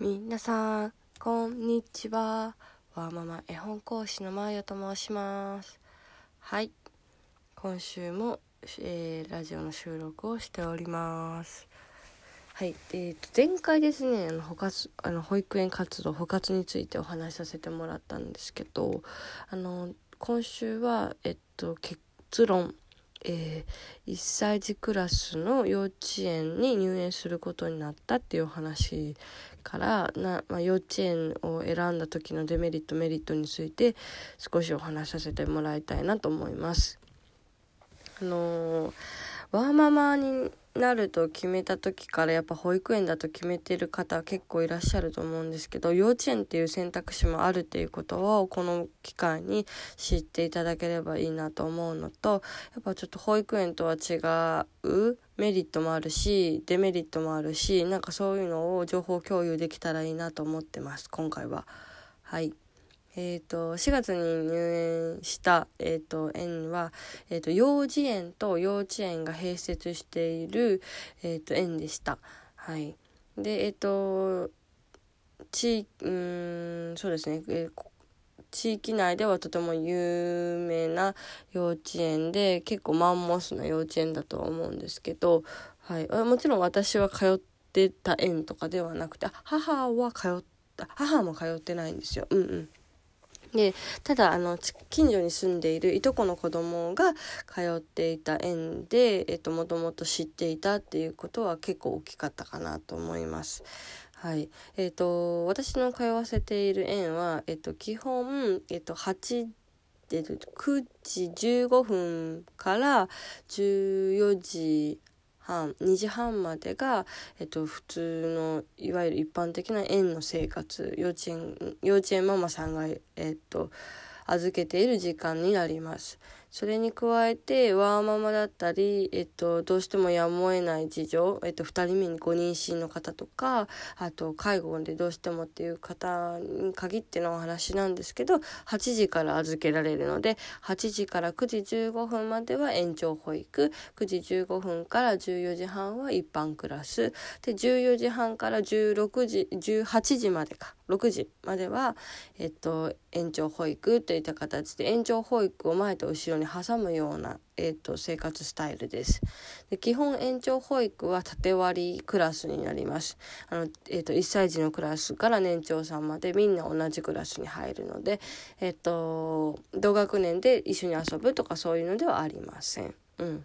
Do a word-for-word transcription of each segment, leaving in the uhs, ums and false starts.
みなさんこんにちは。わーママ絵本講師のまーよと申します。はい、今週も、えー、ラジオの収録をしております。はい、えー、と前回ですねあの保活あの保育園活動保活についてお話しさせてもらったんですけど、あの今週はえっと結論えー、いっさい児クラスの幼稚園に入園することになったっていう話からな、まあ、幼稚園を選んだ時のデメリットメリットについて少しお話しさせてもらいたいなと思います。あのー、ワーママになると決めた時からやっぱ保育園だと決めてる方結構いらっしゃると思うんですけど、幼稚園っていう選択肢もあるっていうことをこの機会に知っていただければいいなと思うのと、やっぱちょっと保育園とは違うメリットもあるしデメリットもあるし、なんかそういうのを情報共有できたらいいなと思ってます今回は。はいえー、としがつに入園した、えー、と園は、えー、と幼児園と幼稚園が併設している、えー、と園でした。はい、でえっ、ー、と地うーんそうですね、えー地域内ではとても有名な幼稚園で結構マンモスな幼稚園だとは思うんですけど、はい、もちろん私は通ってた園とかではなくて、母は通った母も通ってないんですよ。うんうんでただあの近所に住んでいるいとこの子供が通っていた園で、えっと、もともと知っていたっていうことは結構大きかったかなと思います。はいえっと、私の通わせている園は、えっと、基本、えっと、はちえっと、くじじゅうごふんからじゅうよじはんにじはんまでが、えっと、普通のいわゆる一般的な園の生活、幼稚園幼稚園ママさんが、えっと、預けている時間になります。それに加えてワーママだったり、えっと、どうしてもやむを得ない事情、えっと、ふたりめにご妊娠の方とか、あと介護でどうしてもっていう方に限ってのお話なんですけど、はちじから預けられるので、はちじからくじじゅうごふんまでは延長保育、くじじゅうごふんからじゅうよじはんは一般クラスで、じゅうよじはんからじゅうろくじじゅうはちじまでかろくじまでは、えっと、延長保育といった形で延長保育を前と後ろに挟むような、えっと、生活スタイルです。で基本延長保育は縦割りクラスになります。あの、えっと、いっさい児のクラスから年長さんまでみんな同じクラスに入るので、えっと、同学年で一緒に遊ぶとかそういうのではありません。うん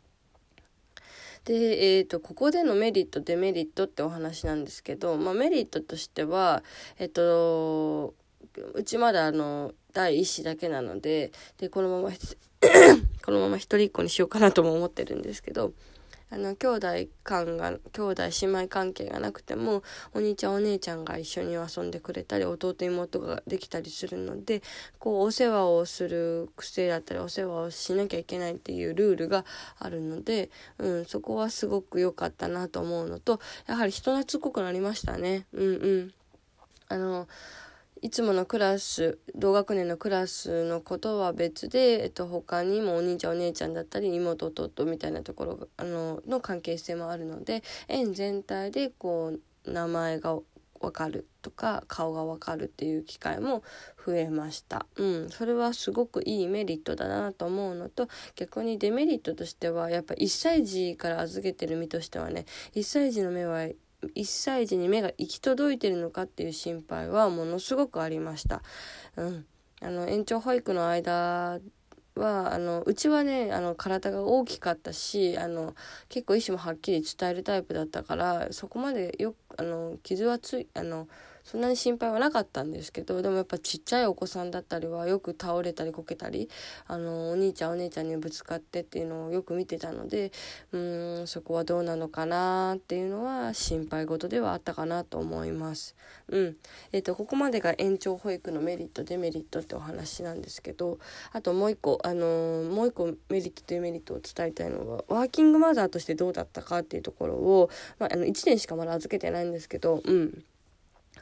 で、えーと、ここでのメリットデメリットってお話なんですけど、まあ、メリットとしては、えっと、うちまだあの第一子だけなので、でこのままこのまま一人っ子にしようかなとも思ってるんですけど、あの兄弟間が兄弟姉妹関係がなくてもお兄ちゃんお姉ちゃんが一緒に遊んでくれたり弟妹ができたりするので、こうお世話をする癖だったりお世話をしなきゃいけないっていうルールがあるので、うん、そこはすごく良かったなと思うのと、やはり人懐っこくなりましたね。うんうんあのいつものクラス同学年のクラスのことは別で、えっと、他にもお兄ちゃんお姉ちゃんだったり妹弟みたいなところがあのの関係性もあるので、園全体でこう名前が分かるとか顔が分かるっていう機会も増えました。うん、それはすごくいいメリットだなと思うのと、逆にデメリットとしてはやっぱいっさい児から預けてる身としてはね、いっさい児の目はいっさい児に目が行き届いてるのかっていう心配はものすごくありました。うん、あの延長保育の間はあのうちはねあの体が大きかったし、あの結構意思もはっきり伝えるタイプだったから、そこまでよあの傷はついあのそんなに心配はなかったんですけど、でもやっぱちっちゃいお子さんだったりはよく倒れたりこけたり、あのお兄ちゃんお姉ちゃんにぶつかってっていうのをよく見てたので、うーんそこはどうなのかなっていうのは心配事ではあったかなと思います。うんえーと、ここまでが延長保育のメリットデメリットってお話なんですけど、あともう一個、あのー、もう一個メリットデメリットを伝えたいのはワーキングマザーとしてどうだったかっていうところを、まあ、あのいちねんしかまだ預けてないんですけど、うん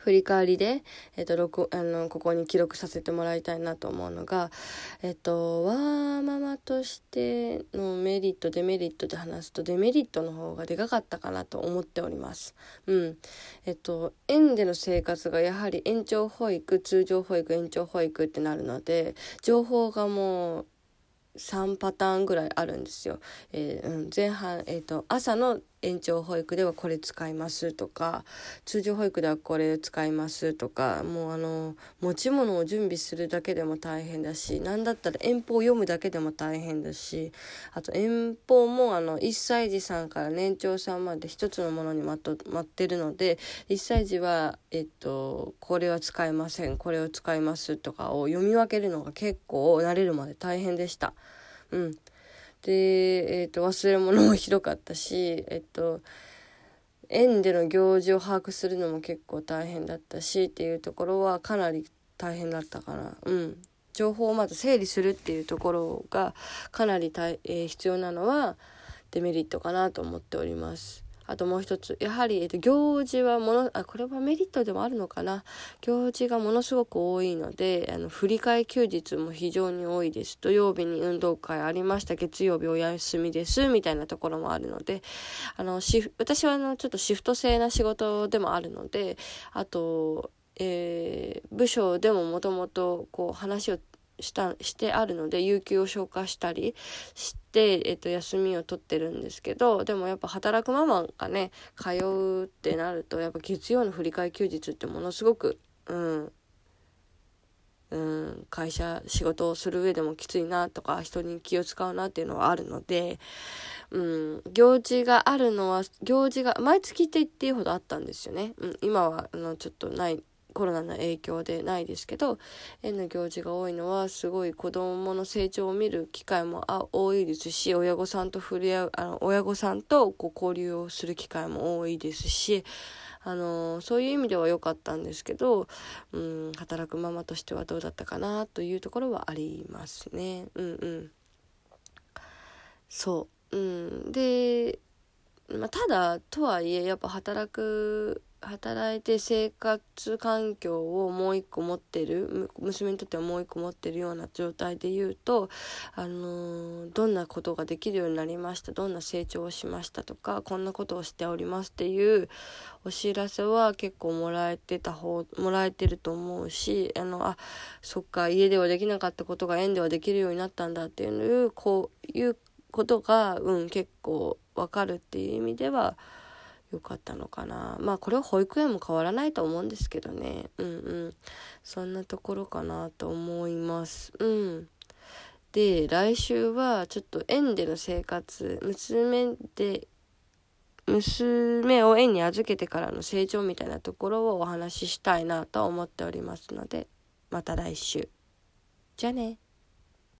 振り返りで、えっと、録あのここに記録させてもらいたいなと思うのが、えっと、ワーママとしてのメリットデメリットで話すと、デメリットの方がでかかったかなと思っております。うん。えっと、園での生活がやはり延長保育、通常保育、延長保育ってなるので、情報がもうさんパターンぐらいあるんですよ。えーうん、前半、えーと、朝の延長保育ではこれ使いますとか、通常保育ではこれ使いますとか、もうあの持ち物を準備するだけでも大変だし、なんだったら遠方を読むだけでも大変だし、あと遠方もあのいっさい児さんから年長さんまで一つのものにまとまってるので、いっさい児は、えっと、これは使いません、これを使いますとかを読み分けるのが結構慣れるまで大変でした。うん、で、えーと、忘れ物もひどかったし、えっと、園での行事を把握するのも結構大変だったしっていうところはかなり大変だったかな。うん。情報をまず整理するっていうところがかなり大、えー、必要なのはデメリットかなと思っております。あともう一つ、やはり、えっと、行事はものあこれはメリットでもあるのかな。行事がものすごく多いので、あの振り替え休日も非常に多いです。土曜日に運動会ありました、月曜日お休みですみたいなところもあるので、あのシ私はあのちょっとシフト制な仕事でもあるので、あと、えー、部署でももともとこう話をしたしてあるので、有給を消化したりして、えっと、休みを取ってるんですけど、でもやっぱ働くママがね通うってなると、やっぱ月曜の振り替え休日ってものすごくうんうん会社仕事をする上でもきついなとか、人に気を使うなっていうのはあるので、うん、行事があるのは行事が毎月って言っていいほどあったんですよね。うん、今はあのちょっとないコロナの影響でないですけど、園の行事が多いのはすごい子どもの成長を見る機会もあ多いですし、親御さんと触れ合うあの親御さんとこう交流をする機会も多いですし、あのそういう意味では良かったんですけど、うん、働くママとしてはどうだったかなというところはありますね。うんうん。そう、うん、で、まあ、ただとはいえやっぱ働く働いて生活環境をもう一個持ってる娘にとってはもう一個持ってるような状態で言うと、あのー、どんなことができるようになりました、どんな成長をしましたとか、こんなことをしておりますっていうお知らせは結構もらえてた方もらえてると思うし、あのあそっか家ではできなかったことが園ではできるようになったんだっていうこういうことが、うん、結構わかるっていう意味では良かったのかな。まあこれは保育園も変わらないと思うんですけどね。うんうん。そんなところかなと思います。うん。で、来週はちょっと園での生活、娘で、娘を園に預けてからの成長みたいなところをお話ししたいなと思っておりますので、また来週。じゃあね。